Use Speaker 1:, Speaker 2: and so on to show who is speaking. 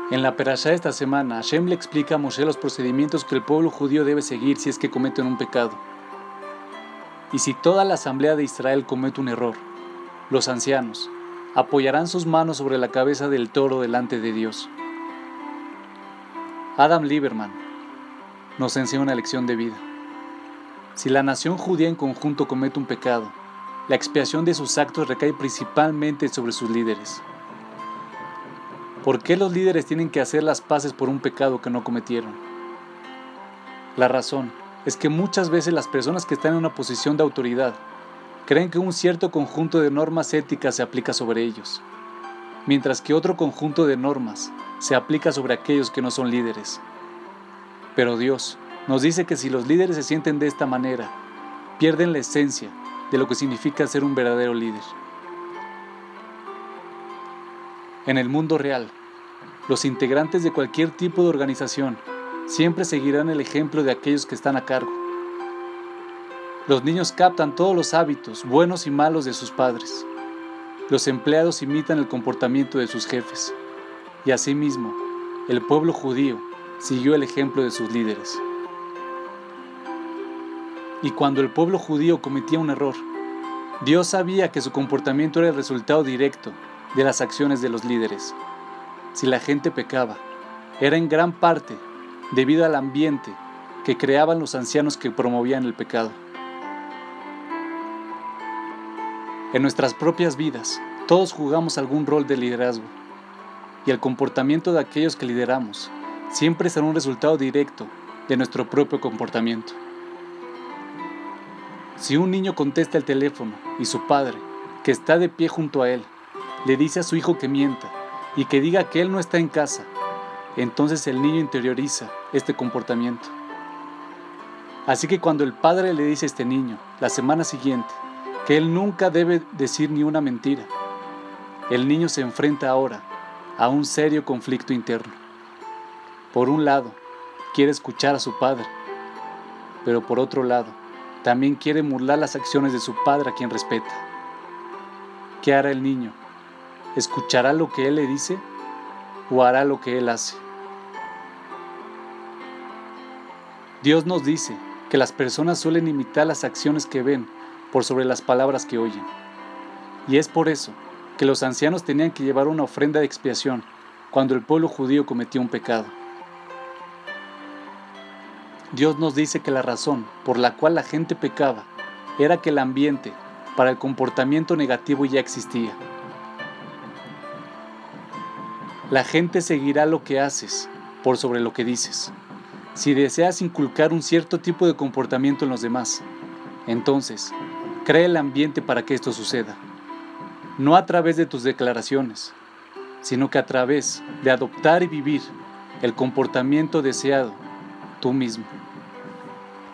Speaker 1: En la perashá de esta semana, Hashem le explica a Moshe los procedimientos que el pueblo judío debe seguir si es que cometen un pecado. Y si toda la asamblea de Israel comete un error, los ancianos apoyarán sus manos sobre la cabeza del toro delante de Dios. Adam Lieberman nos enseña una lección de vida. Si la nación judía en conjunto comete un pecado, la expiación de sus actos recae principalmente sobre sus líderes. ¿Por qué los líderes tienen que hacer las paces por un pecado que no cometieron? La razón es que muchas veces las personas que están en una posición de autoridad creen que un cierto conjunto de normas éticas se aplica sobre ellos, mientras que otro conjunto de normas se aplica sobre aquellos que no son líderes. Pero Dios nos dice que si los líderes se sienten de esta manera, pierden la esencia de lo que significa ser un verdadero líder. En el mundo real, los integrantes de cualquier tipo de organización siempre seguirán el ejemplo de aquellos que están a cargo. Los niños captan todos los hábitos, buenos y malos, de sus padres. Los empleados imitan el comportamiento de sus jefes. Y asimismo, el pueblo judío siguió el ejemplo de sus líderes. Y cuando el pueblo judío cometía un error, Dios sabía que su comportamiento era el resultado directo de las acciones de los líderes. Si la gente pecaba, era en gran parte debido al ambiente que creaban los ancianos que promovían el pecado. En nuestras propias vidas, todos jugamos algún rol de liderazgo, y el comportamiento de aquellos que lideramos siempre será un resultado directo de nuestro propio comportamiento. Si un niño contesta el teléfono y su padre, que está de pie junto a él, le dice a su hijo que mienta y que diga que él no está en casa, entonces el niño interioriza este comportamiento. Así que cuando el padre le dice a este niño, la semana siguiente, que él nunca debe decir ni una mentira, el niño se enfrenta ahora a un serio conflicto interno. Por un lado, quiere escuchar a su padre, pero por otro lado, también quiere burlar las acciones de su padre a quien respeta. ¿Qué hará el niño? ¿Escuchará lo que él le dice o hará lo que él hace? Dios nos dice que las personas suelen imitar las acciones que ven por sobre las palabras que oyen. Y es por eso que los ancianos tenían que llevar una ofrenda de expiación cuando el pueblo judío cometió un pecado. Dios nos dice que la razón por la cual la gente pecaba era que el ambiente para el comportamiento negativo ya existía. La gente seguirá lo que haces por sobre lo que dices. Si deseas inculcar un cierto tipo de comportamiento en los demás, entonces crea el ambiente para que esto suceda. No a través de tus declaraciones, sino que a través de adoptar y vivir el comportamiento deseado tú mismo.